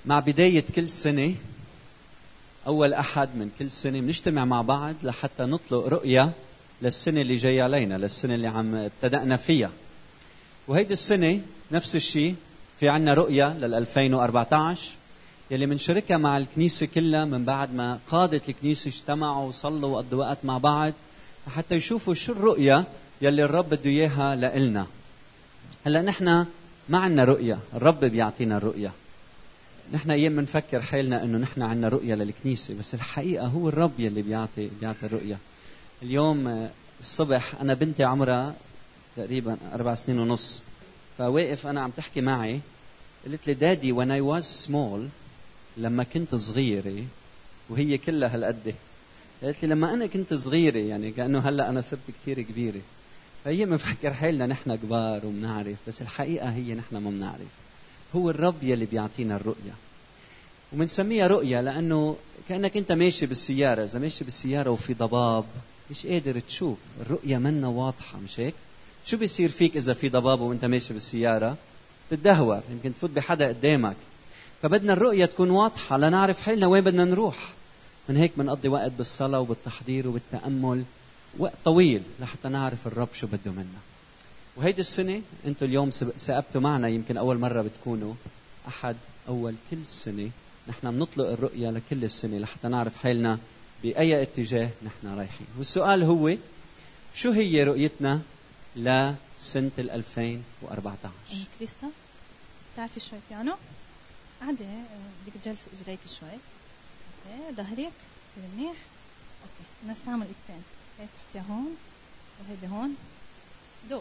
مع بداية كل سنة أول أحد من كل سنة بنجتمع مع بعض لحتى نطلق رؤية للسنة اللي جاية علينا، للسنة اللي عم ابتدأنا فيها. وهيدي السنة نفس الشيء، في عنا رؤية لل2014 يلي منشاركها مع الكنيسة كلها من بعد ما قادة الكنيسة اجتمعوا وصلوا وقضوا وقت مع بعض حتى يشوفوا شو الرؤية يلي الرب بده إياها لإلنا. هلأ نحن ما عنا رؤية، الرب بيعطينا الرؤية. نحن أيام منفكر حالنا إنه نحن عنا رؤية للكنيسة، بس الحقيقة هو الرب يلي بيعطي الرؤية. اليوم الصبح أنا بنتي عمرها تقريبا 4 سنين ونص، فواقف أنا عم تحكي معي قلت لي دادي when I was small، لما كنت صغيرة، وهي كلها هالقد. قالت لي لما أنا كنت صغيرة، يعني كأنه هلأ أنا صرت كتير كبيرة. فهي منفكر حالنا نحن كبار ومنعرف، بس الحقيقة هي نحن ما منعرف. هو الرب يلي بيعطينا الرؤية، ومنسميها رؤية لأنه كأنك أنت ماشي بالسيارة. إذا ماشي بالسيارة وفي ضباب مش قادر تشوف، الرؤية منا واضحة، مش هيك؟ شو بيصير فيك إذا في ضباب وأنت ماشي بالسيارة؟ بتدهور، يمكن تفوت بحدا قدامك. فبدنا الرؤية تكون واضحة لنعرف حالنا وين بدنا نروح. من هيك بنقضي وقت بالصلاة وبالتحضير وبالتأمل، وقت طويل لحتى نعرف الرب شو بده منا. وهيدي السنة أنتوا اليوم سأبتوا معنا، يمكن أول مرة بتكونوا أحد أول كل سنة. نحن بنطلق الرؤية لكل السنة لحتى نعرف حالنا بأي اتجاه نحن رايحين. والسؤال هو شو هي رؤيتنا لسنة 2014؟ كريستا تعرفي شوي بيانو؟ قاعدة بدك تجلسي اجريك شوي، اوكي، ظهرك يصير منيح، اوكي. نستعمل ايدتين، هيك تحطيها هون وهيدي هون، دوب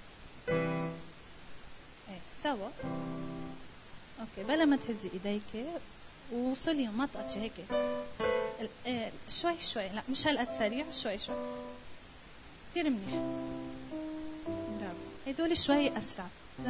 ايه سوا، اوكي. بلا ما تهزي ايديك ووصلي ما تقطشي هيك، شوي شوي، لا مش هالقد سريع، شوي شوي، كتير منيح، برافو. هدول شوي اسرع،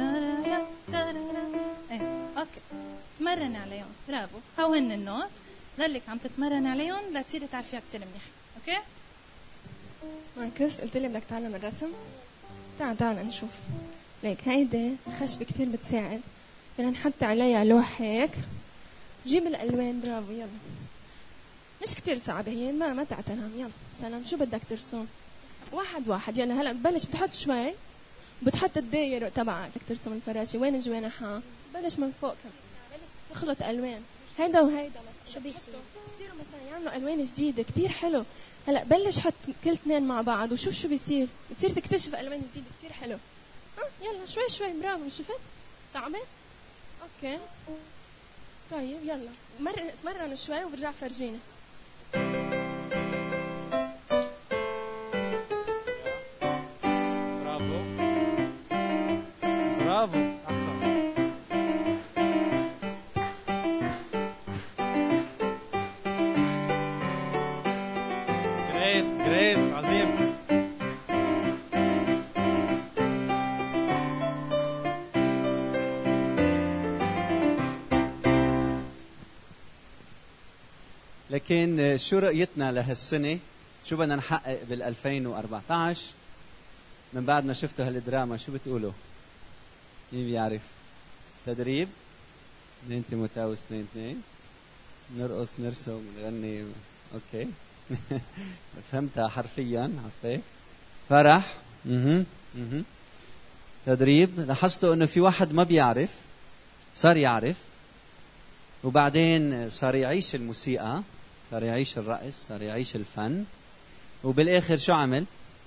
ايه اوكي. تمرن عليهم، برافو. هون النوت ضلك عم تتمرن عليهم لتصيري تعرفيها كتير منيح، اوكي. ماركس قلت لي بدك تعلم الرسم، تعال نشوف. ليك هيدي الخشبة كتير بتساعد، فينا نحط عليها لوح هيك، جيب الالوان، برافو. يلا مش كتير صعبة هي، ما تعتنهم. يلا مثلا شو بدك ترسم؟ واحد. يلا هلا ببلش، بتحط شوي، بتحط الداير تبعك، بدك ترسم الفراشة وين جوانحها، بلش من فوق كمان، بلش تخلط الوان هيدا وهيدا. شو بيصيروا مثلا يعملوا الوان جديده كتير حلو. هلا بلش حط كل اثنين مع بعض وشوف شو بيصير، بتصير تكتشف الوان جديده كتير حلو. يلا شوي، برافو. شفت صعبه؟ اوكي طيب يلا تمرن شوي وبرجع فرجينا. برافو احسن. جريت عظيم. لكن شو رؤيتنا لهالسنة؟ شو بدنا نحقق بال2014 من بعد ما شفتوا هالدراما؟ شو بتقولوا؟ مين بيعرف؟ تدريب 2 تيموثاوس 2:2، نرقص نرسم نغني، اوكي. فهمتها حرفيا، عفيك. فرح، تدريب. لاحظتوا انه في واحد ما بيعرف صار يعرف، وبعدين صار يعيش الموسيقى، صار يعيش الرقص، صار يعيش الفن، وبالاخر شو عمل؟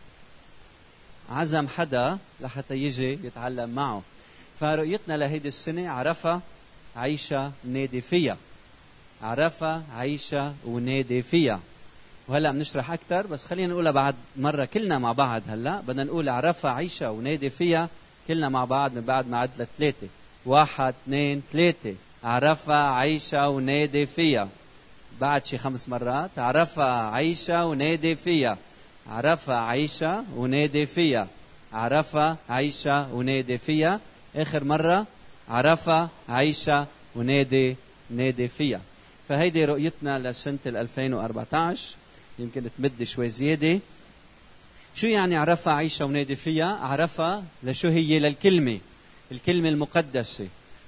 عزم حدا لحتى يجي يتعلم معه. فرؤيتنا لهيدي السنة عرفها، عيشها، نادي فيها. عرفها، عيشها، ونادي فيها. وهلأ بنشرح أكتر، بس خلينا نقولها بعد مرة كلنا مع بعض. هلأ بدنا نقول عرفها، عيشها، ونادي فيها كلنا مع بعض من بعد ما عد 3. 1 2 3. عرفها، عيشها، ونادي فيها. بعد شي 5 مرات. عرفها، عيشها، ونادي فيها. عرفها، عيشها، ونادي فيها. عرفها، عيشها، ونادي فيها. آخر مرة. عرفها، عيشها، ونادي فيها. فهيدي رؤيتنا لسنة 2014. يمكن تمد شوي زيادة. شو يعني عرفها، عيشها، ونادي فيها؟ عرفها لشو هي؟ للكلمة، الكلمة المقدسة.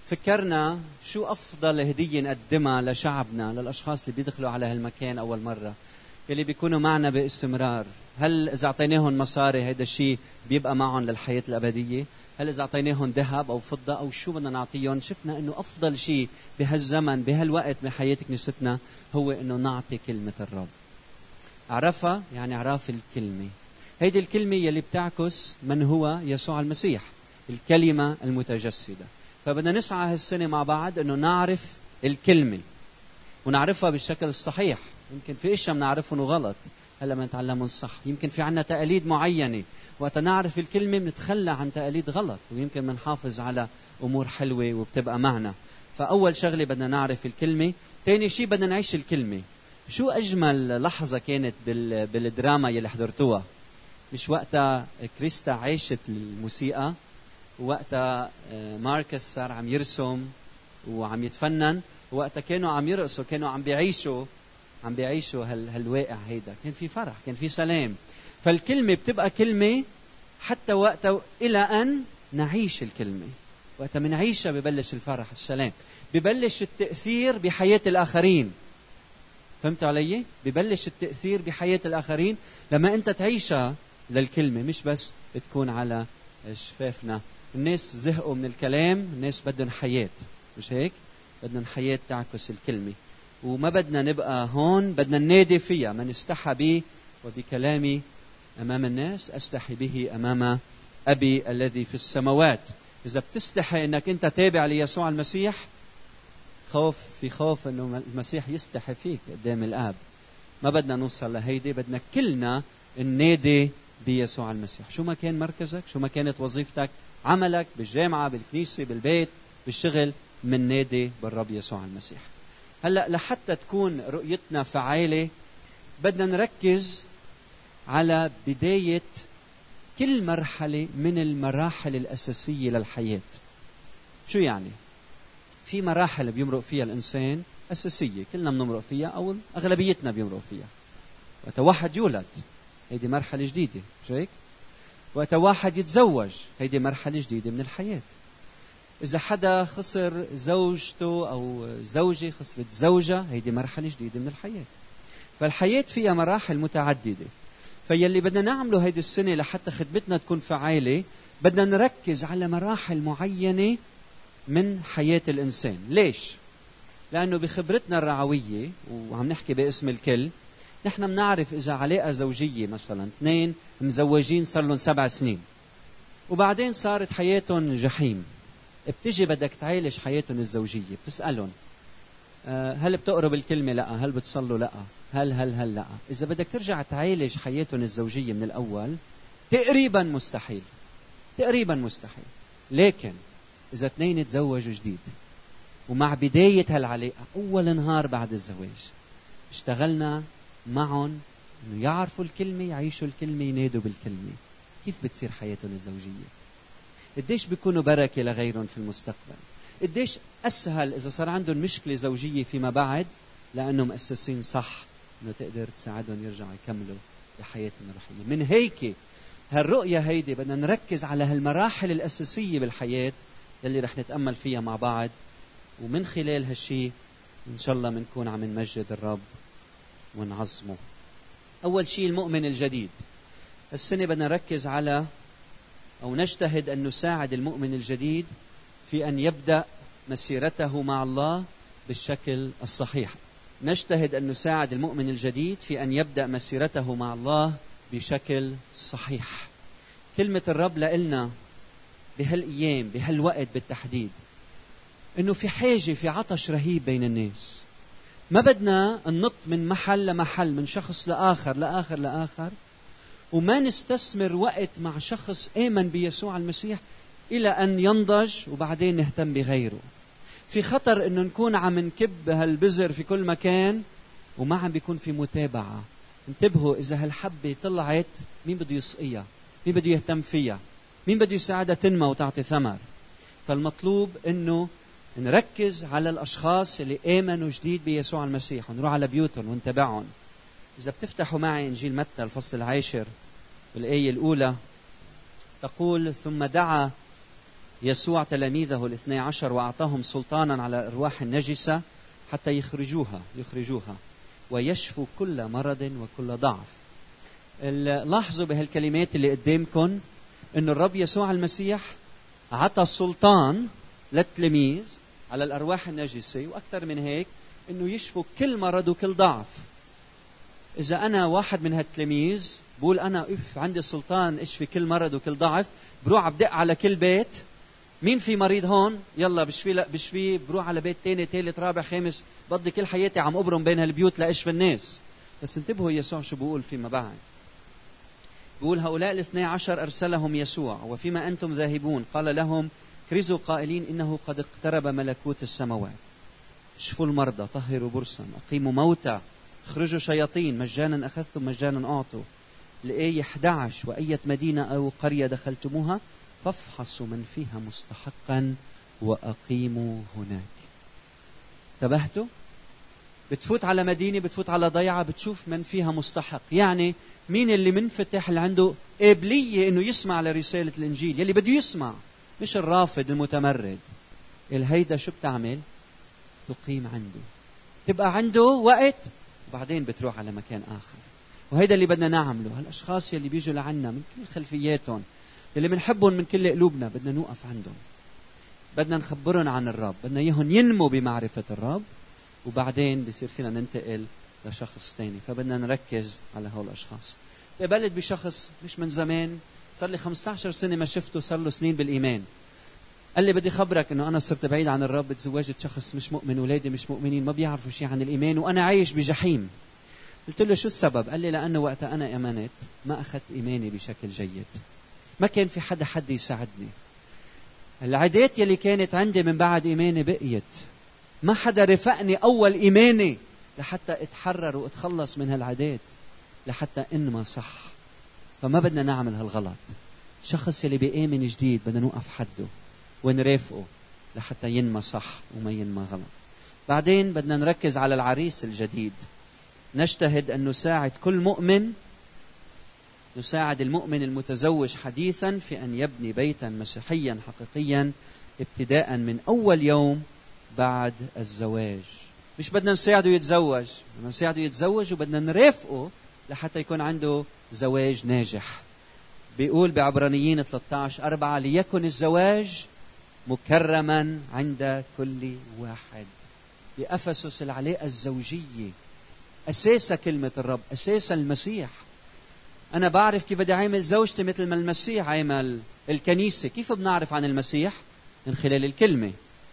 فكرنا شو أفضل هدية نقدمها لشعبنا، للأشخاص اللي بيدخلوا على هالمكان أول مرة، اللي بيكونوا معنا باستمرار. هل إذا أعطيناهم مصاري هيدا الشيء بيبقى معهم للحياة الأبدية؟ هل إذا أعطيناهم ذهب أو فضة أو شو بدنا نعطيهم؟ شفنا إنه أفضل شيء بهالزمن بهالوقت بحياة كنيستنا هو إنه نعطي كلمة الرب. عرفها يعني عرف الكلمة. هيدي الكلمة يلي بتعكس من هو يسوع المسيح، الكلمة المتجسدة. فبدنا نسعى هالسنة مع بعض إنه نعرف الكلمة ونعرفها بالشكل الصحيح. يمكن في اشياء بنعرفهم غلط هلا بنتعلمهم صح. يمكن في عنا تقاليد معينة وقت نعرف الكلمة بنتخلى عن تقاليد غلط، ويمكن بنحافظ على أمور حلوة وبتبقى معنا. فأول شغلة بدنا نعرف الكلمة. تاني شيء بدنا نعيش الكلمة. شو أجمل لحظة كانت بالدراما يلي حضرتوها؟ مش وقتها كريستا عاشت الموسيقى، ووقتها ماركس صار عم يرسم وعم يتفنن، ووقتها كانوا عم يرقصوا، كانوا عم بيعيشوا هالواقع هيدا. كان في فرح، كان في سلام. فالكلمة بتبقى كلمة حتى وقتها إلى أن نعيش الكلمة. وقتها منعيشها ببلش الفرح، السلام، ببلش التأثير بحياة الآخرين. فهمت علي؟ ببلش التأثير بحياة الآخرين لما أنت تعيشها للكلمة، مش بس تكون على شفافنا. الناس زهقوا من الكلام، الناس بدهم حياة، مش هيك؟ بدنا حياة تعكس الكلمة. وما بدنا نبقى هون، بدنا ننادي فيها. من استحى بي وبكلامي أمام الناس أستحي به أمام أبي الذي في السماوات. إذا بتستحي أنك أنت تابع ليسوع المسيح، في خوف أنه المسيح يستحي فيك قدام الآب. ما بدنا نوصل لهيدي. بدنا كلنا النادي بيسوع المسيح. شو ما كان مركزك، شو ما كانت وظيفتك، عملك بالجامعة، بالكنيسة، بالبيت، بالشغل، من نادي بالرب يسوع المسيح. هلأ لحتى تكون رؤيتنا فعالة بدنا نركز على بداية كل مرحلة من المراحل الأساسية للحياة. شو يعني؟ في مراحل بيمرق فيها الإنسان أساسية، كلنا بنمرق فيها أو أغلبيتنا بيمرق فيها. وقت واحد يولد، هيدي مرحلة جديدة، مش هيك؟ وقت واحد يتزوج، هيدي مرحلة جديدة من الحياة. إذا حدا خسر زوجته أو زوجة خسرت زوجها، هيدي مرحلة جديدة من الحياة. فالحياة فيها مراحل متعددة. فيلي بدنا نعمله هيدي السنة لحتى خدمتنا تكون فعالة، بدنا نركز على مراحل معينة من حياة الإنسان. ليش؟ لأنه بخبرتنا الرعوية، وعم نحكي باسم الكل، نحن بنعرف إذا علاقة زوجية مثلا 2 مزوجين صار لهم 7 سنين وبعدين صارت حياتهم جحيم، بتجي بدك تعالج حياتهم الزوجية، بتسألهم هل بتقرب الكلمة؟ لا. هل بتصلوا؟ لا. هل لا. إذا بدك ترجع تعالج حياتهم الزوجية من الأول، تقريبا مستحيل. لكن إذا 2 تزوجوا جديد ومع بداية هالعلاقة أول نهار بعد الزواج اشتغلنا معهم إنه يعرفوا الكلمة، يعيشوا الكلمة، ينادوا بالكلمة، كيف بتصير حياتهم الزوجية؟ قديش بيكونوا بركة لغيرهم في المستقبل؟ قديش أسهل إذا صار عندهم مشكلة زوجية فيما بعد لأنهم مؤسسين صح إنه تقدر تساعدهم يرجعوا يكملوا بحياتهم الروحية. من هيك هالرؤية هيدي بدنا نركز على هالمراحل الأساسية بالحياة اللي رح نتأمل فيها مع بعض، ومن خلال هالشي إن شاء الله منكون عم نمجد الرب ونعظمه. أول شيء المؤمن الجديد. السنة بدنا نركز على أو نجتهد أن نساعد المؤمن الجديد في أن يبدأ مسيرته مع الله بالشكل الصحيح. نجتهد أن نساعد المؤمن الجديد في أن يبدأ مسيرته مع الله بشكل صحيح. كلمة الرب لإلنا بهالأيام بهالوقت بالتحديد إنه في حاجة، في عطش رهيب بين الناس. ما بدنا ننط من محل لمحل، من شخص لآخر وما نستثمر وقت مع شخص آمن بيسوع المسيح إلى أن ينضج وبعدين نهتم بغيره. في خطر إنه نكون عم نكب هالبذر في كل مكان وما عم بيكون في متابعة. انتبهوا، إذا هالحبة طلعت مين بده يسقيها؟ مين بده يهتم فيها؟ مين بده يساعدها تنمى وتعطي ثمر؟ فالمطلوب إنه نركز على الأشخاص اللي آمنوا جديد بيسوع المسيح ونروح على بيوتهم ونتابعهم. إذا بتفتحوا معي إنجيل متى الفصل 10 والآية الأولى تقول: ثم دعا يسوع تلاميذه 12 وأعطاهم سلطانا على الأرواح النجسة حتى يخرجوها ويشفوا كل مرض وكل ضعف. لاحظوا بهالكلمات اللي قدامكم أن الرب يسوع المسيح عطى السلطان للتلاميذ على الأرواح النجسة، وأكثر من هيك أنه يشفوا كل مرض وكل ضعف. إذا أنا واحد من هالتلاميذ بقول أنا عندي السلطان أشفي كل مرض وكل ضعف، بروح بدق على كل بيت، مين في مريض هون؟ يلا بشفي، بروح على بيت تاني ثالث رابع خامس، بقضي كل حياتي عم أبرم بين هالبيوت لأشفي الناس. بس انتبهوا يسوع شو بقول فيما بعد. بقول هؤلاء 12 أرسلهم يسوع وفيما أنتم ذاهبون قال لهم كرزوا قائلين إنه قد اقترب ملكوت السماوات. شفوا المرضى، طهروا برصا، أقيموا موتى، اخرجوا شياطين، مجانا أخذتم مجانا أعطوا. الآية 11 وأية مدينة أو قرية دخلتموها فافحصوا من فيها مستحقا وأقيموا هناك. انتبهتوا؟ بتفوت على مدينة، بتفوت على ضيعة، بتشوف من فيها مستحق. يعني مين اللي منفتح، اللي عنده قابلية إنه يسمع لرسالة الإنجيل، يلي بده يسمع، مش الرافض المتمرد. الهيدا شو بتعمل؟ تقيم عنده، تبقى عنده وقت، وبعدين بتروح على مكان آخر. وهيدا اللي بدنا نعمله. هالأشخاص يلي بيجوا لعنا من كل خلفياتهم، يلي بنحبهم من كل قلوبنا، بدنا نوقف عندهم، بدنا نخبرهم عن الرب، بدنا إياهم ينمو بمعرفة الرب، وبعدين بيصير فينا ننتقل لشخص تاني. فبدنا نركز على هول الأشخاص. قابلت بشخص مش من زمان، صار لي 15 سنة ما شفته، صار له سنين بالإيمان. قال لي بدي خبرك إنه أنا صرت بعيد عن الرب، تزوجت شخص مش مؤمن، أولادي مش مؤمنين، ما بيعرفوا شيء عن الإيمان، وأنا عايش بجحيم. قلت له شو السبب؟ قال لي لأنه وقت أنا أمنت ما أخذت إيماني بشكل جيد، ما كان في حد يساعدني. العادات يلي كانت عندي من بعد إيماني بقيت، ما حدا رفقني أول إيماني لحتى اتحرر واتخلص من هالعادات، لحتى إنما صح. فما بدنا نعمل هالغلط. شخص يلي بيآمن جديد بدنا نوقف حده ونرافقه لحتى ينمى صح وما ينمى غلط. بعدين بدنا نركز على العريس الجديد. نجتهد أن نساعد كل مؤمن، نساعد المؤمن المتزوج حديثا في أن يبني بيتا مسيحيا حقيقيا ابتداء من أول يوم بعد الزواج. مش بدنا نساعده يتزوج، بدنا نساعده يتزوج وبدنا نرافقه لحتى يكون عنده زواج ناجح. بيقول بعبرانيين 13:4 ليكن الزواج مكرما عند كل واحد. بأفسس العلاقة الزوجية أساس كلمة الرب، أساس المسيح. أنا بعرف كيف بدي أعمل زوجتي مثل ما المسيح عمل الكنيسة. كيف بنعرف عن المسيح؟ من خلال الكلمة.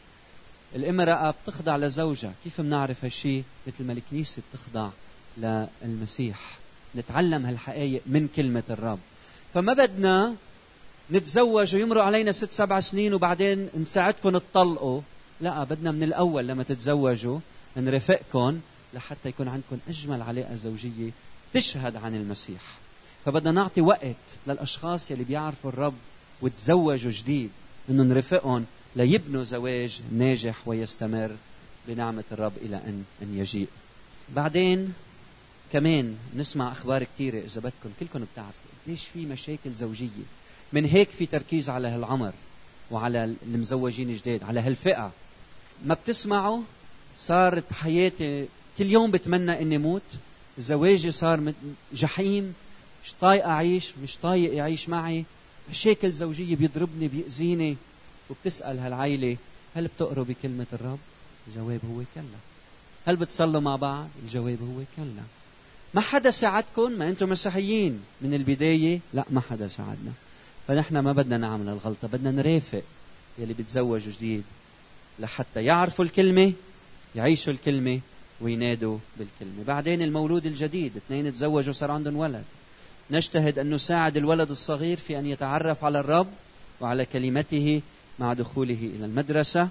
الامرأة بتخضع لزوجها، كيف بنعرف هالشيء؟ مثل ما الكنيسة بتخضع للمسيح. نتعلم هالحقائق من كلمة الرب. فما بدنا نتزوج ويمرق علينا 6-7 سنين وبعدين نساعدكم تطلقوا. لا، بدنا من الأول لما تتزوجوا نرافقكم لحتى يكون عندكم أجمل علاقة زوجية تشهد عن المسيح. فبدنا نعطي وقت للأشخاص يلي بيعرفوا الرب وتزوجوا جديد إنه نرافقهم ليبنوا زواج ناجح ويستمر بنعمة الرب إلى أن يجيء. بعدين كمان نسمع أخبار كثيرة، إذا بدكم كلكم بتعرفوا ليش في مشاكل زوجية. من هيك في تركيز على هالعمر وعلى المزوجين جديد، على هالفئة. ما بتسمعوا صارت حياتي كل يوم بتمنى إني موت، زواجي صار جحيم، مش طايق أعيش، مش طايق يعيش معي، مشاكل زوجية، بيضربني بيأذيني. وبتسأل هالعائلة هل بتقروا بكلمة الرب؟ الجواب هو كلا. هل بتصلوا مع بعض؟ الجواب هو كلا. ما حدا ساعدكم؟ ما أنتم مسيحيين من البداية؟ لا، ما حدا ساعدنا. فنحن ما بدنا نعمل الغلطة، بدنا نرافق يلي بتزوجوا جديد لحتى يعرفوا الكلمة، يعيشوا الكلمة وينادوا بالكلمة. بعدين المولود الجديد، 2 تزوجوا صار عندهم ولد. نجتهد أن نساعد الولد الصغير في أن يتعرف على الرب وعلى كلمته مع دخوله إلى المدرسة.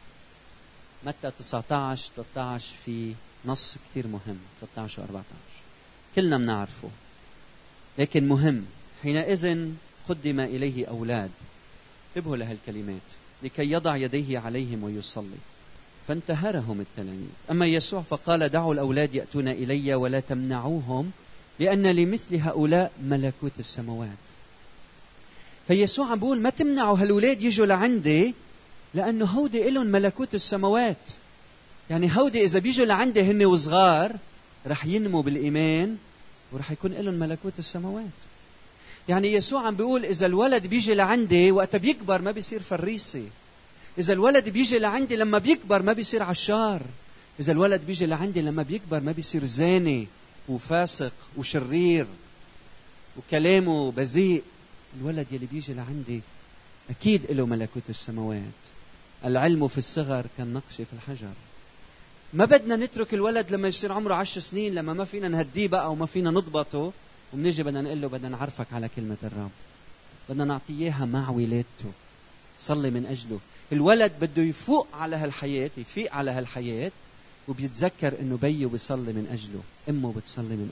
متى 19-13 في نص كتير مهم، 13 و14 كلنا منعرفه لكن مهم. حينئذ قدم إليه أولاد، انتبهوا لهالكلمات، لكي يضع يديه عليهم ويصلي، فانتهرهم التلاميذ. أما يسوع فقال دعوا الأولاد يأتون إلي ولا تمنعوهم لأن لمثل هؤلاء ملكوت السماوات. فيسوع عم بيقول ما تمنعوا هالولاد يجوا لعندي، لأنه هودي إلهم ملكوت السماوات. يعني هودي إذا بيجوا لعندي هن وصغار رح ينموا بالإيمان ورح يكون إلهم ملكوت السماوات. يعني يسوع عم بيقول إذا الولد بيجي لعندي وقت بيكبر ما بيصير فريسي. إذا الولد بيجي لعندي لما بيكبر ما بيصير عشار. إذا الولد بيجي لعندي لما بيكبر ما بيصير زاني وفاسق وشرير وكلامه بذيء. الولد يلي بيجي لعندي أكيد له ملكوت السماوات. العلم في الصغر كالنقش في الحجر. ما بدنا نترك الولد لما يصير عمره 10 سنين، لما ما فينا نهديه بقى وما فينا نضبطه، ومنيجي بدنا نقول له بدنا نعرفك على كلمة الرب، بدنا نعطيه إياها مع ولادته، صلي من أجله. الولد بده يفوق على هالحياة، يفيق على هالحياة، وبيتذكر إنه بيه بيصلي من أجله، أمه بتصلي من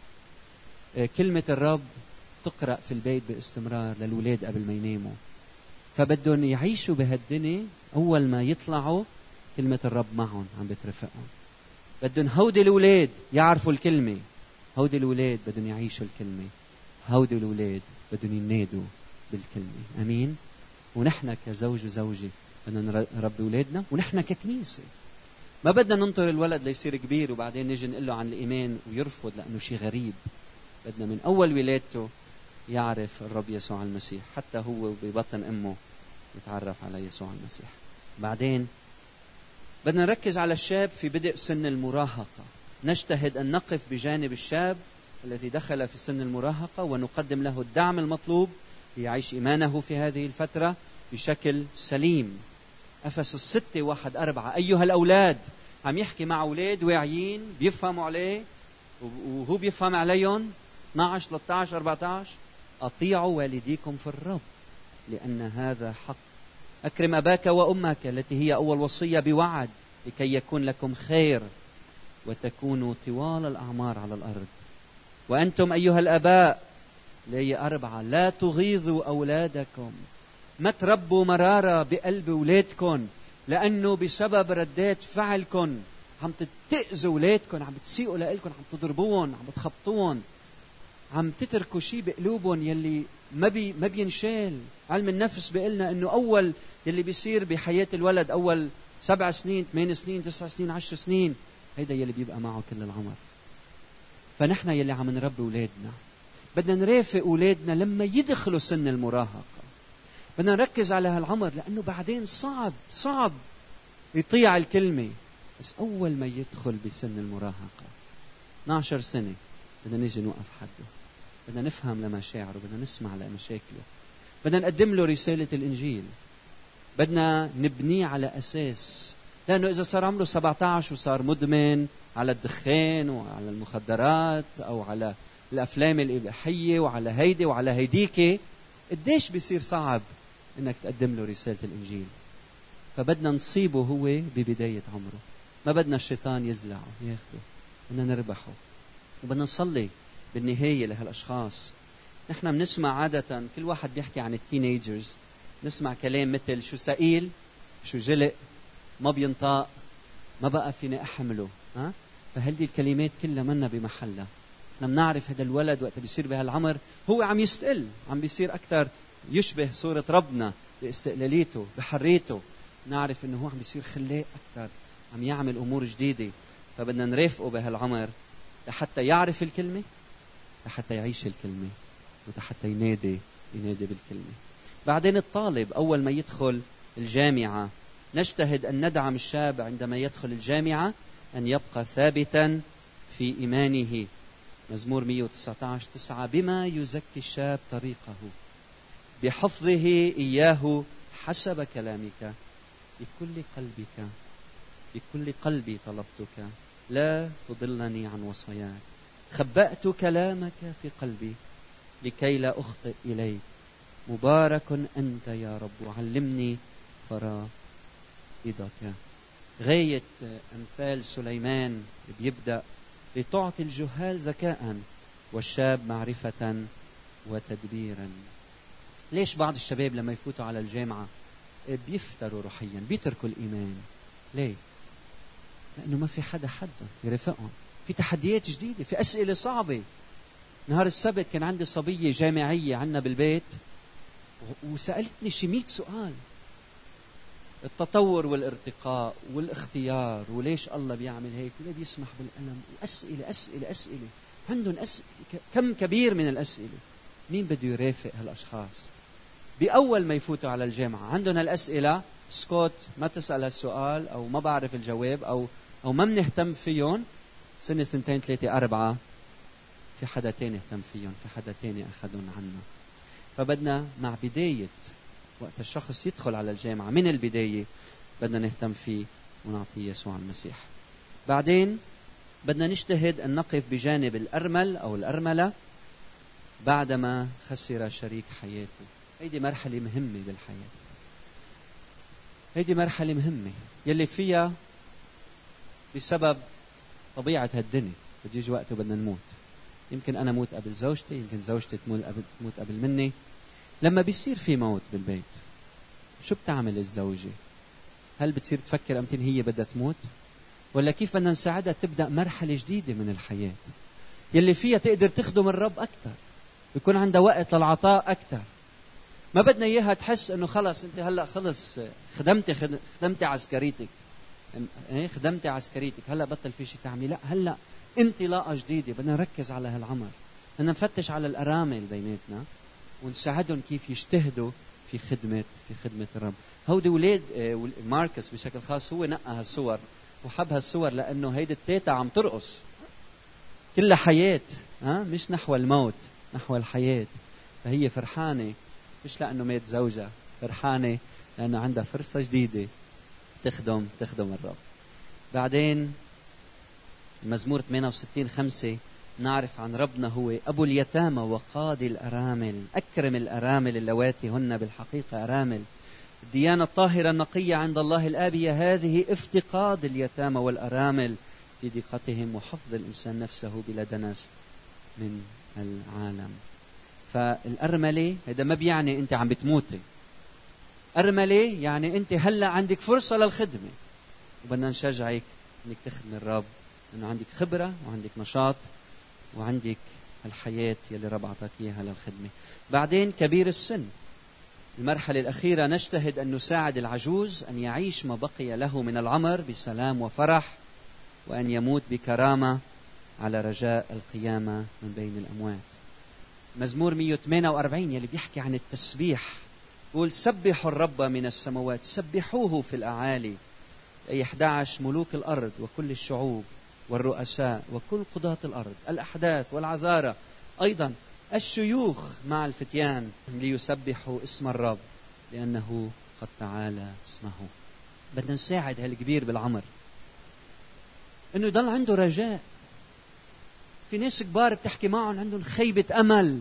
أجله. كلمة الرب تقرأ في البيت باستمرار للولاد قبل ما يناموا. فبدهم يعيشوا بهالدنيا أول ما يطلعوا كلمة الرب معهم عم بترفقهم. بدهم هودي الولاد يعرفوا الكلمة، هودي الولاد بدهم يعيشوا الكلمة، هودي الولاد بدهم ينادوا بالكلمة. أمين. ونحن كزوج وزوجة بدنا نربي أولادنا، ونحن ككنيسة ما بدنا ننطر الولد ليصير كبير وبعدين نجي نقول له عن الإيمان ويرفض لأنه شيء غريب. بدنا من أول ولادته يعرف الرب يسوع المسيح، حتى هو ببطن أمه يتعرف على يسوع المسيح. بعدين بدنا نركز على الشاب في بدء سن المراهقة. نجتهد أن نقف بجانب الشاب الذي دخل في سن المراهقة ونقدم له الدعم المطلوب ليعيش إيمانه في هذه الفترة بشكل سليم. أفسس 6:1-4. أيها الأولاد، عم يحكي مع أولاد واعيين بيفهموا عليه وهو بيفهم عليهم. 12 13 14. أطيعوا والديكم في الرب لأن هذا حق. أكرم أباك وأمك التي هي أول وصية بوعد، لكي يكون لكم خير وتكونوا طوال الأعمار على الأرض. وأنتم أيها الآباء، لي 4، لا تغيظوا أولادكم. ما تربوا مرارة بقلب أولادكم، لأنه بسبب ردات فعلكم عم تتأذوا أولادكم، عم بتسيئوا لإلكم، عم تضربوهم، عم بتخبطوهم، عم تتركوا شيء بقلوبهم يلي ما بينشال. علم النفس بيقلنا انه اول يلي بيصير بحياة الولد اول 7 سنين 8 سنين 9 سنين 10 سنين، هيدا يلي بيبقى معه كل العمر. فنحن يلي عم نربي اولادنا بدنا نرافق اولادنا لما يدخلوا سن المراهقة. بدنا نركز على هالعمر لانه بعدين صعب يطيع الكلمة، بس اول ما يدخل بسن المراهقة 12 سنة بدنا نيجي نوقف حده، بدنا نفهم لمشاعره، بدنا نسمع لمشاكله، بدنا نقدم له رسالة الإنجيل، بدنا نبنيه على أساس. لأنه إذا صار عمره 17 وصار مدمن على الدخان وعلى المخدرات أو على الأفلام الإباحية وعلى هيدي وعلى هيديك، قديش بيصير صعب إنك تقدم له رسالة الإنجيل. فبدنا نصيبه هو ببداية عمره، ما بدنا الشيطان يزلعه ياخده، بدنا نربحه. وبدنا نصلي بالنهاية لهالأشخاص. نحن بنسمع عادة كل واحد بيحكي عن التينيجرز، نسمع كلام مثل شو ثقيل، شو جلق، ما بينطاق، ما بقى فيني أحمله. فهذه الكلمات كلها منا بمحلها. نحن بنعرف هذا الولد وقت بيصير بهالعمر هو عم يستقل، عم بيصير أكثر يشبه صورة ربنا باستقلاليته بحريته. نعرف إنه هو عم بيصير خلاق أكثر، عم يعمل أمور جديدة. فبدنا نرافقه بهالعمر لحتى يعرف الكلمة، لحتى يعيش الكلمة، وحتى ينادي بالكلمة. بعدين الطالب أول ما يدخل الجامعة نجتهد أن ندعم الشاب عندما يدخل الجامعة أن يبقى ثابتا في إيمانه. مزمور 119:9. بما يزكي الشاب طريقه بحفظه إياه حسب كلامك، بكل قلبك بكل قلبي طلبتك، لا تضلني عن وصاياك. خبأت كلامك في قلبي لكي لا أخطئ إليك. مبارك أنت يا رب، وعلمني فرائضك. غاية أمثال سليمان بيبدأ لتعطي الجهال ذكاء والشاب معرفة وتدبيرا. ليش بعض الشباب لما يفوتوا على الجامعة بيفتروا روحيا، بيتركوا الإيمان؟ ليه؟ لأنه ما في حدا يرافقهم، في تحديات جديدة، في أسئلة صعبة. نهار السبت كان عندي صبية جامعية عنا بالبيت، وسألتني شي 100 سؤال. التطور والارتقاء والاختيار، وليش الله بيعمل هيك، وليه بيسمح بالألم، وأسئلة أسئلة أسئلة. عندهم كم كبير من الأسئلة. مين بده يرافق هالأشخاص؟ بأول ما يفوتوا على الجامعة عندهم هالأسئلة، سكوت ما تسأل هالسؤال، أو ما بعرف الجواب، أو ما بنهتم فيهم. سنة سنتين ثلاثة أربعة في حدا تاني اهتم فيهم، في حدا تاني أخذهم عنا. فبدنا مع بداية وقت الشخص يدخل على الجامعة من البداية بدنا نهتم فيه ونعطيه يسوع المسيح. بعدين بدنا نجتهد أن نقف بجانب الأرمل أو الأرملة بعدما خسر شريك حياته. هيدي مرحلة مهمة بالحياة. هيدي مرحلة مهمة يلي فيها بسبب طبيعة هالدنيا بده يجي وقت وبدنا نموت. يمكن أنا موت قبل زوجتي، يمكن زوجتي تموت قبل مني. لما بيصير في موت بالبيت شو بتعمل الزوجة؟ هل بتصير تفكر أمتين هي بدها تموت؟ ولا كيف بدنا نساعدها تبدأ مرحلة جديدة من الحياة يلي فيها تقدر تخدم الرب أكتر، يكون عندها وقت للعطاء أكتر. ما بدنا إياها تحس إنه خلص أنت هلأ خلص خدمتي عسكريتك، خدمتي عسكريتك، هلأ بطل في شيء تعملي. لا، هلأ انطلاقة جديدة. بدنا نركز على هالعمر، بدنا نفتش على الأرامل بيناتنا ونساعدهم كيف يجتهدوا في خدمة الرب. هودي ولاد ماركس بشكل خاص هو نقى هالصور وحب هالصور لأنه هيدي التيتا عم ترقص كلها حياة، مش نحو الموت، نحو الحياة. فهي فرحانة مش لأنه مات زوجها، فرحانة لأنه عندها فرصة جديدة تخدم الرب. بعدين المزمور 68:5 نعرف عن ربنا هو أبو اليتامى وقاضي الأرامل، أكرم الأرامل اللواتي هن بالحقيقة أرامل. الديانة الطاهرة النقية عند الله الآبية هذه افتقاد اليتامى والأرامل في ضيقتهم وحفظ الإنسان نفسه بلا دنس من العالم. فالأرملة هذا ما بيعني أنت عم بتموتي. أرملة يعني أنت هلأ عندك فرصة للخدمة، وبدنا نشجعك أنك تخدم الرب، أنه عندك خبرة وعندك نشاط وعندك الحياة يلي رب عطاك إياها للخدمة. بعدين كبير السن، المرحلة الأخيرة نجتهد أن نساعد العجوز أن يعيش ما بقي له من العمر بسلام وفرح، وأن يموت بكرامة على رجاء القيامة من بين الأموات. مزمور 148 يلي بيحكي عن التسبيح يقول سبحوا الرب من السماوات، سبحوه في الأعالي. أي 11 ملوك الأرض وكل الشعوب والرؤساء وكل قضاة الأرض، الأحداث والعذارى، أيضا الشيوخ مع الفتيان ليسبحوا اسم الرب لأنه قد تعالى اسمه. بدنا نساعد هالكبير بالعمر إنه يضل عنده رجاء. في ناس كبار بتحكي معهم عندهم خيبة أمل،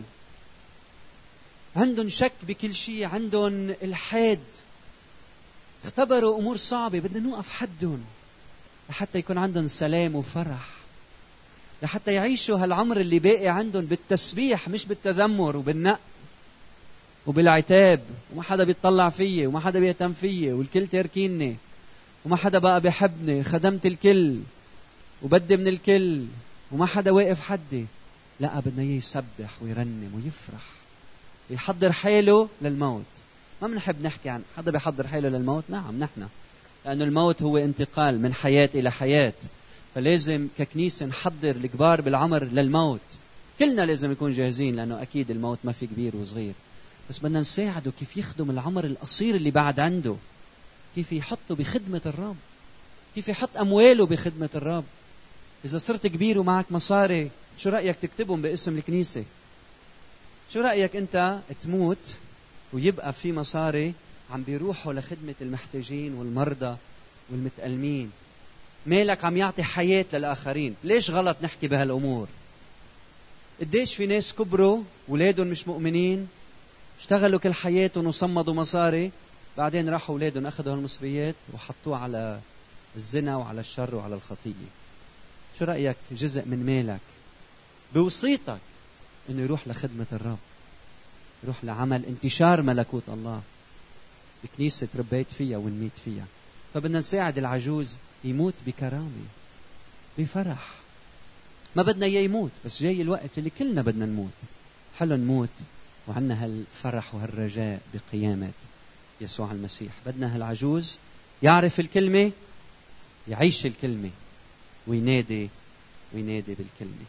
عندهم شك بكل شيء، عندهم الحاد، اختبروا أمور صعبة. بدنا نوقف حدهم لحتى يكون عندهم سلام وفرح، لحتى يعيشوا هالعمر اللي باقي عندهم بالتسبيح مش بالتذمر وبالنق وبالعتاب، وما حدا بيطلع فيي وما حدا بيهتم فيي والكل تاركيني وما حدا بقى بيحبني، خدمت الكل وبدي من الكل وما حدا واقف حدي. لا، بدنا اياه يسبح ويرنم ويفرح ويحضر حاله للموت. ما بنحب نحكي عن حدا بيحضر حاله للموت، نعم نحن، لأنه الموت هو انتقال من حياة إلى حياة، فلازم ككنيسة نحضر الكبار بالعمر للموت. كلنا لازم نكون جاهزين، لأنه أكيد الموت ما في كبير وصغير، بس بدنا نساعده كيف يخدم العمر القصير اللي بعد عنده، كيف يحطه بخدمة الرب، كيف يحط أمواله بخدمة الرب. إذا صرت كبير ومعك مصاري، شو رأيك تكتبهم باسم الكنيسة؟ شو رأيك أنت تموت ويبقى في مصاري عم بيروحوا لخدمة المحتاجين والمرضى والمتألمين؟ مالك عم يعطي حياة للآخرين. ليش غلط نحكي بهالأمور؟ قديش في ناس كبروا ولادهم مش مؤمنين، اشتغلوا كل حياتهم وصمدوا مصاري، بعدين راحوا ولادهم أخذوا هالمصريات وحطوه على الزنا وعلى الشر وعلى الخطية. شو رأيك جزء من مالك بوصيتك إنه يروح لخدمة الرب، يروح لعمل انتشار ملكوت الله بكنيسة ربيت فيها ونميت فيها؟ فبدنا نساعد العجوز يموت بكرامة بفرح. ما بدنا إياه يموت، بس جاي الوقت اللي كلنا بدنا نموت. حلو نموت وعندنا هالفرح وهالرجاء بقيامة يسوع المسيح. بدنا هالعجوز يعرف الكلمة، يعيش الكلمة، وينادي بالكلمة.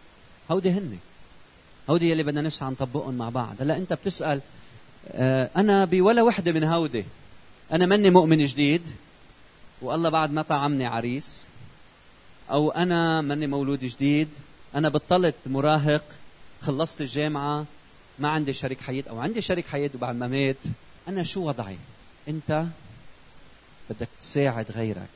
هودي يلي بدنا نسعى نطبقهم مع بعض. هلا انت بتسأل انا بولا وحدة من هودي، انا مني مؤمن جديد والله بعد ما طعمني عريس، او انا مني مولود جديد، انا بطلت مراهق، خلصت الجامعة، ما عندي شريك حياة، او عندي شريك حياة وبعد ما مات، انا شو وضعي؟ انت بدك تساعد غيرك.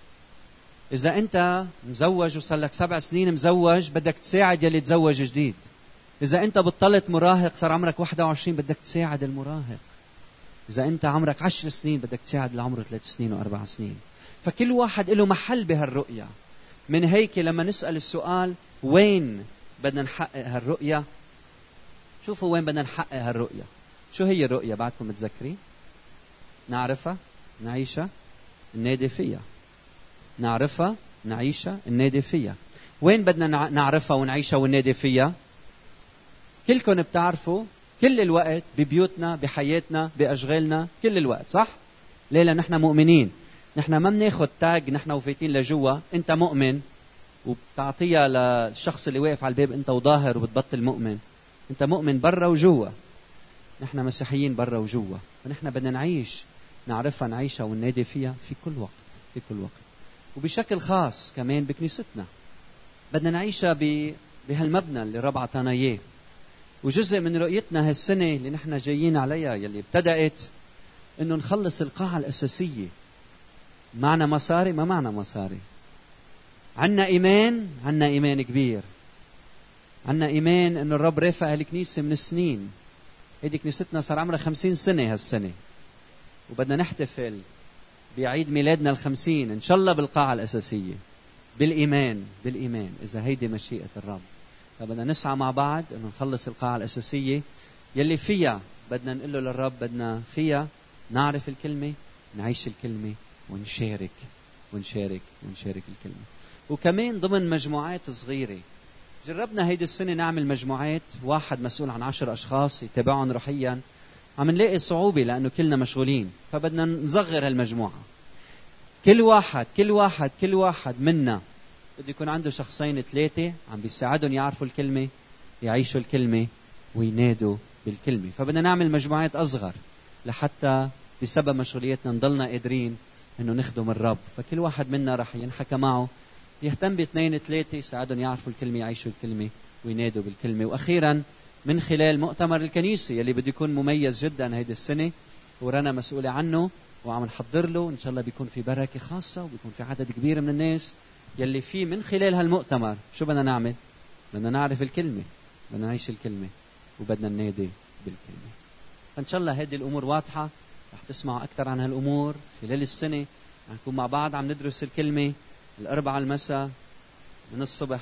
اذا انت مزوج وصار لك 7 سنين مزوج، بدك تساعد يلي تزوج جديد. اذا انت بطلت مراهق صار عمرك 21، بدك تساعد المراهق. اذا انت عمرك 10 سنين بدك تساعد اللي عمره 3 سنين و4 سنين. فكل واحد له محل بهالرؤية. من هيك لما نسأل السؤال وين بدنا نحقق هالرؤية، شوفوا وين بدنا نحقق هالرؤية. شو هي الرؤية بعدكم متذكرين؟ نعرفها، نعيشها، ننادي فيها. نعرفها، نعيشها، ننادي فيها. وين بدنا نعرفها ونعيشها وننادي فيها؟ كلكم بتعرفوا كل الوقت، ببيوتنا، بحياتنا، بأشغالنا، كل الوقت، صح؟ ليه؟ لأن نحن مؤمنين. نحن ما بناخد تاج نحن وفايتين لجوا انت مؤمن وبتعطيها للشخص اللي واقف على الباب انت وظاهر وبتبطل مؤمن. انت مؤمن برا وجوا، نحن مسيحيين برا وجوا. فنحن بدنا نعيش، نعرفها، نعيشها وننادي فيها في كل وقت. وبشكل خاص كمان بكنيستنا بدنا نعيشها بهالمبنى اللي الرب عطانا اياه. وجزء من رؤيتنا هالسنة اللي نحن جايين عليها يلي ابتدأت انه نخلص القاعة الأساسية. معنا مصاري ما معنا مصاري، عنا إيمان كبير، عنا إيمان انه الرب رافق هالكنيسة من السنين. هيدي كنيستنا صار عمرها 50 سنة هالسنة، وبدنا نحتفل بعيد ميلادنا 50 إن شاء الله بالقاعة الأساسية، بالإيمان. إذا هيدي مشيئة الرب، فبدنا نسعى مع بعض إنه نخلص القاعة الأساسية يلي فيها بدنا نقول له للرب بدنا فيها نعرف الكلمة، نعيش الكلمة، ونشارك الكلمة. وكمان ضمن مجموعات صغيرة جربنا هيدي السنة نعمل مجموعات، واحد مسؤول عن 10 أشخاص يتابعهم روحيا. عم نلاقي صعوبة لأنه كلنا مشغولين، فبدنا نصغر هالمجموعة. كل واحد منا بده يكون عنده 2 3 عم بيساعدهم يعرفوا الكلمة، يعيشوا الكلمة، وينادوا بالكلمة. فبدنا نعمل مجموعات أصغر لحتى بسبب مشغوليتنا نضلنا قادرين إنه نخدم الرب. فكل واحد منا رح ينحكى معه يهتم ب2 3 يساعدهم يعرفوا الكلمة، يعيشوا الكلمة، وينادوا بالكلمة. وأخيرا من خلال مؤتمر الكنيسة يلي بده يكون مميز جدا هيدي السنة، ورنا مسؤولة عنه وعم نحضر له، إن شاء الله بيكون في بركة خاصة وبيكون في عدد كبير من الناس يلي فيه. من خلال هالمؤتمر شو بدنا نعمل؟ بدنا نعرف الكلمة، بدنا نعيش الكلمة، وبدنا ننادي بالكلمة. فإن شاء الله هذه الأمور واضحة. رح تسمعوا أكثر عن هالأمور خلال السنة. هنكون مع بعض عم ندرس الكلمة 4 المساء من الصبح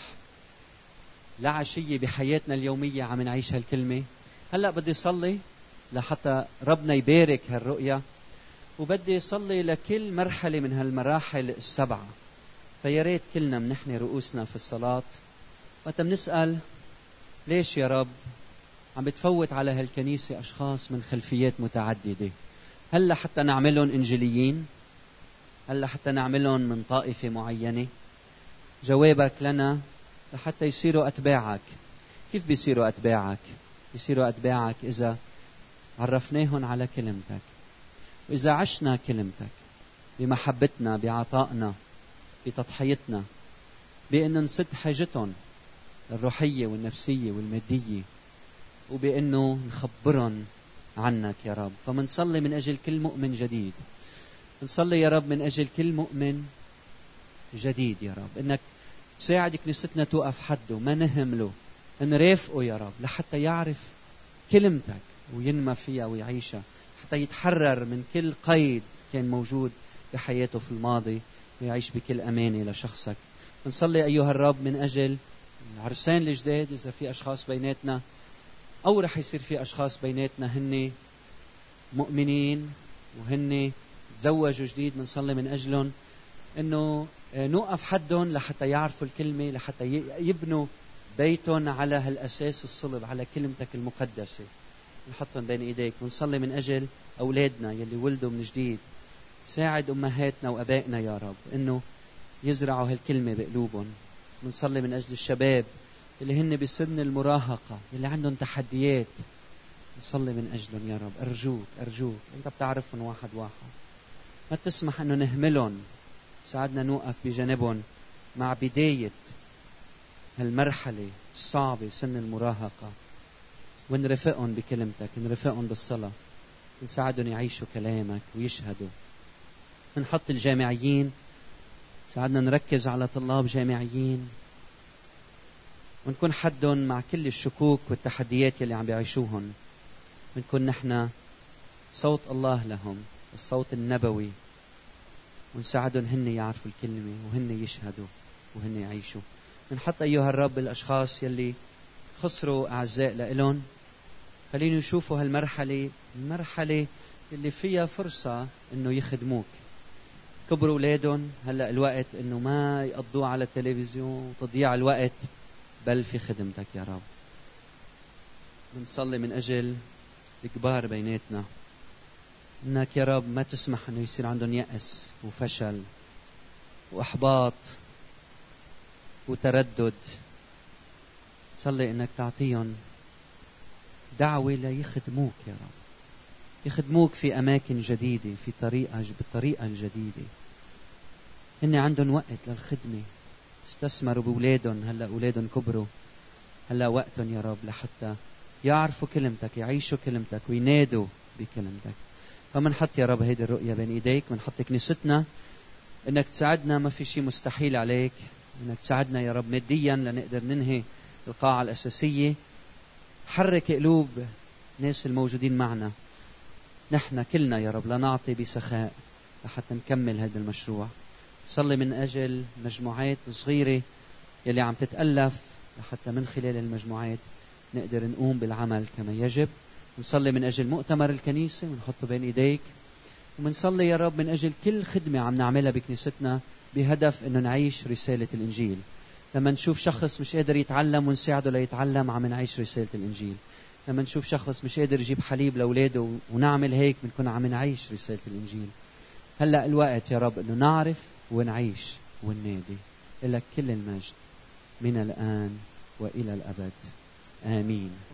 لعشية بحياتنا اليومية عم نعيش هالكلمة. هلأ بدي صلي لحتى ربنا يبارك هالرؤية، وبدي صلي لكل مرحلة من هالمراحل 7. فياريت كلنا منحني رؤوسنا في الصلاة وقت منسأل ليش يا رب عم بتفوت على هالكنيسة أشخاص من خلفيات متعددة؟ هل لحتى نعملهم إنجيليين؟ هل لحتى نعملهم من طائفة معينة؟ جوابك لنا لحتى يصيروا أتباعك. كيف بيصيروا أتباعك؟ يصيروا أتباعك إذا عرفناهم على كلمتك، وإذا عشنا كلمتك بمحبتنا، بعطائنا، بتضحيتنا، بأن نسد حاجتهم الروحية والنفسية والمادية، وبأنه نخبرهم عنك يا رب. فمنصلي من أجل كل مؤمن جديد، نصلي يا رب من أجل كل مؤمن جديد يا رب، إنك تساعد كنيستنا توقف حده، ما نهمله، نرافقه يا رب لحتى يعرف كلمتك وينمى فيها ويعيشها، حتى يتحرر من كل قيد كان موجود بحياته في الماضي، ويعيش بكل أمانة لشخصك. نصلي أيها الرب من أجل العرسان الجداد، إذا في أشخاص بيناتنا أو رح يصير في أشخاص بيناتنا هن مؤمنين وهن تزوجوا جديد، منصلي من أجلهم إنه نوقف حدهم لحتى يعرفوا الكلمة، لحتى يبنوا بيتهم على هالأساس الصلب، على كلمتك المقدسة. نحطهم بين إيديك ونصلي من أجل أولادنا يلي ولدوا من جديد. ساعد أمهاتنا وأبائنا يا رب إنه يزرعوا هالكلمة بقلوبهم. ونصلي من أجل الشباب اللي هن بسن المراهقة اللي عندهم تحديات. نصلي من أجلهم يا رب. أرجوك أنت بتعرفهم واحد واحد، ما تسمح أنه نهملهم. ساعدنا نوقف بجانبهم مع بداية هالمرحلة الصعبة سن المراهقة، ونرفقهم بكلمتك، نرفقهم بالصلاة، نساعدهم يعيشوا كلامك ويشهدوا. نحط الجامعيين، ساعدنا نركز على طلاب جامعيين ونكون حدهم مع كل الشكوك والتحديات يلي عم بيعيشوهن. ونكون نحن صوت الله لهم، الصوت النبوي، ونساعدهم هن يعرفوا الكلمة وهن يشهدوا وهن يعيشوا. نحط أيها الرب الأشخاص يلي خسروا أعزاء لإلهم، خليني يشوفوا هالمرحلة المرحلة اللي فيها فرصة إنه يخدموك. كبروا أولادهم، هلأ الوقت إنه ما يقضوا على التلفزيون وتضييع الوقت، بل في خدمتك يا رب. بنصلي من أجل الكبار بيناتنا، إنك يا رب ما تسمح إنه يصير عندهم يأس وفشل وإحباط وتردد. تصلي إنك تعطيهم دعوة ليخدموك يا رب، يخدموك في أماكن جديدة، في بالطريقة الجديدة. هن عندهم وقت للخدمة، استثمروا بأولادهم، هلأ أولادهم كبروا، هلأ وقتهم يا رب لحتى يعرفوا كلمتك، يعيشوا كلمتك وينادوا بكلمتك. فمنحط يا رب هيدي الرؤية بين إيديك، منحط كنيستنا إنك تساعدنا، ما في شيء مستحيل عليك، إنك تساعدنا يا رب ماديا لنقدر ننهي القاعة الأساسية. حرك قلوب ناس الموجودين معنا، نحن كلنا يا رب لنعطي بسخاء لحتى نكمل هذا المشروع. صلي من أجل مجموعات صغيرة يلي عم تتألف لحتى من خلال المجموعات نقدر نقوم بالعمل كما يجب. نصلي من أجل مؤتمر الكنيسة ونحطه بين إيديك، ومنصلي يا رب من أجل كل خدمة عم نعملها بكنيستنا بهدف أنه نعيش رسالة الإنجيل. لما نشوف شخص مش قادر يتعلم ونساعده ليتعلم، عم نعيش رسالة الإنجيل. لما نشوف شخص مش قادر يجيب حليب لأولاده ونعمل هيك، بنكون عم نعيش رسالة الإنجيل. هلأ الوقت يا رب أنه نعرف ونعيش وننادي. لك كل المجد من الآن وإلى الأبد، آمين.